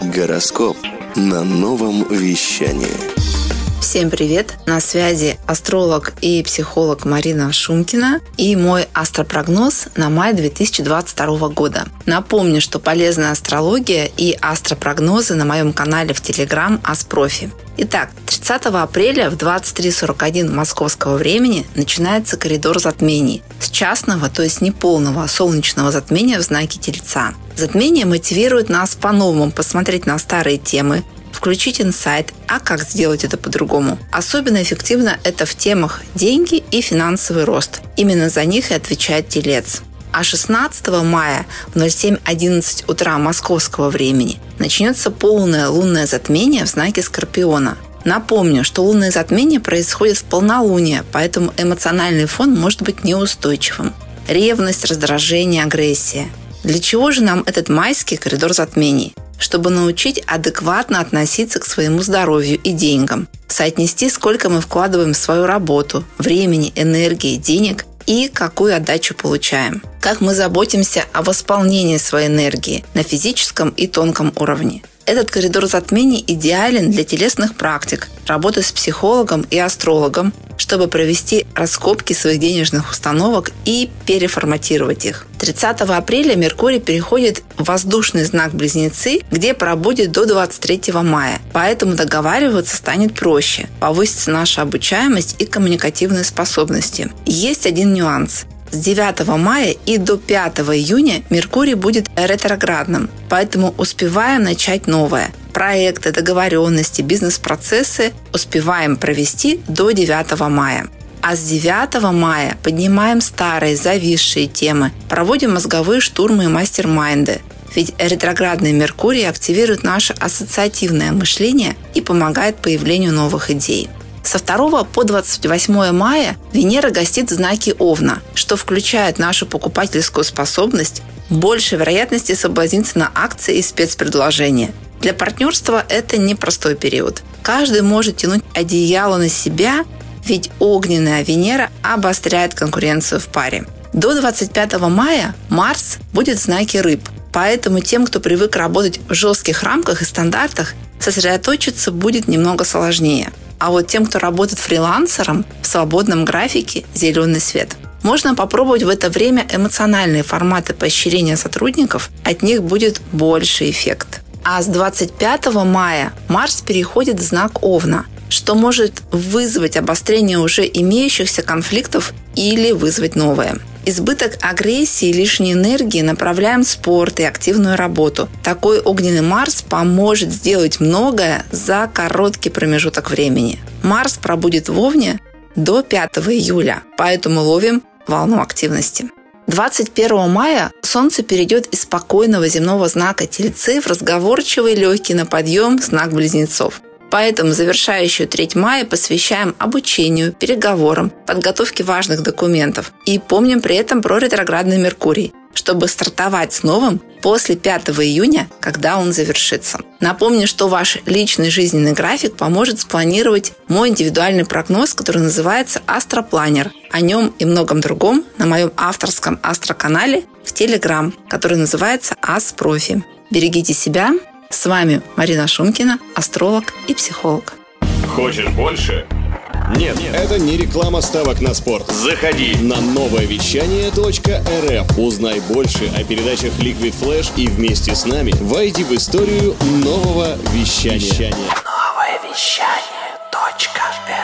Гороскоп на новом вещании. Всем привет! На связи астролог и психолог Марина Шумкина и мой астропрогноз на май 2022 года. Напомню, что полезная астрология и астропрогнозы на моем канале в Telegram Аспрофи. Итак, 30 апреля в 23:41 московского времени начинается коридор затмений с частного, то есть неполного солнечного затмения в знаке Тельца. Затмение мотивирует нас по-новому посмотреть на старые темы, включить инсайт, а как сделать это по-другому. Особенно эффективно это в темах деньги и финансовый рост. Именно за них и отвечает Телец. А 16 мая в 07:11 утра московского времени начнется полное лунное затмение в знаке Скорпиона. Напомню, что лунное затмение происходит в полнолуние, поэтому эмоциональный фон может быть неустойчивым. Ревность, раздражение, агрессия. Для чего же нам этот майский коридор затмений? Чтобы научить адекватно относиться к своему здоровью и деньгам, соотнести, сколько мы вкладываем в свою работу, времени, энергии, денег и какую отдачу получаем. Как мы заботимся о восполнении своей энергии на физическом и тонком уровне. Этот коридор затмений идеален для телесных практик, работы с психологом и астрологом, чтобы провести раскопки своих денежных установок и переформатировать их. 30 апреля Меркурий переходит в воздушный знак Близнецы, где пробудет до 23 мая. Поэтому договариваться станет проще, повысится наша обучаемость и коммуникативные способности. Есть один нюанс. С 9 мая и до 5 июня Меркурий будет ретроградным, поэтому успеваем начать новое. Проекты, договоренности, бизнес-процессы успеваем провести до 9 мая. А с 9 мая поднимаем старые, зависшие темы, проводим мозговые штурмы и мастер-майнды. Ведь ретроградный Меркурий активирует наше ассоциативное мышление и помогает появлению новых идей. Со 2 по 28 мая Венера гостит в знаке Овна, что включает нашу покупательскую способность, больше вероятности соблазниться на акции и спецпредложения. Для партнерства это непростой период. Каждый может тянуть одеяло на себя, ведь огненная Венера обостряет конкуренцию в паре. До 25 мая Марс будет в знаке Рыб, поэтому тем, кто привык работать в жестких рамках и стандартах, сосредоточиться будет немного сложнее. А вот тем, кто работает фрилансером, в свободном графике зеленый свет. Можно попробовать в это время эмоциональные форматы поощрения сотрудников, от них будет больше эффект. А с 25 мая Марс переходит в знак Овна, что может вызвать обострение уже имеющихся конфликтов или вызвать новое. Избыток агрессии и лишней энергии направляем в спорт и активную работу. Такой огненный Марс поможет сделать многое за короткий промежуток времени. Марс пробудет в Овне до 5 июля, поэтому ловим волну активности. 21 мая Солнце перейдет из спокойного земного знака Тельцы в разговорчивый, легкий на подъем знак Близнецов. Поэтому завершающую треть мая посвящаем обучению, переговорам, подготовке важных документов. И помним при этом про ретроградный Меркурий, чтобы стартовать с новым после 5 июня, когда он завершится. Напомню, что ваш личный жизненный график поможет спланировать мой индивидуальный прогноз, который называется «Астропланер». О нем и многом другом на моем авторском астроканале в Telegram, который называется Аспрофи. Берегите себя. С вами Марина Шумкина, астролог и психолог. Хочешь больше? Нет, Это не реклама ставок на спорт. заходи. На нововещание.рф. Узнай больше о передачах Liquid Flash и вместе с нами войди в историю нового вещания. Новое вещание .рф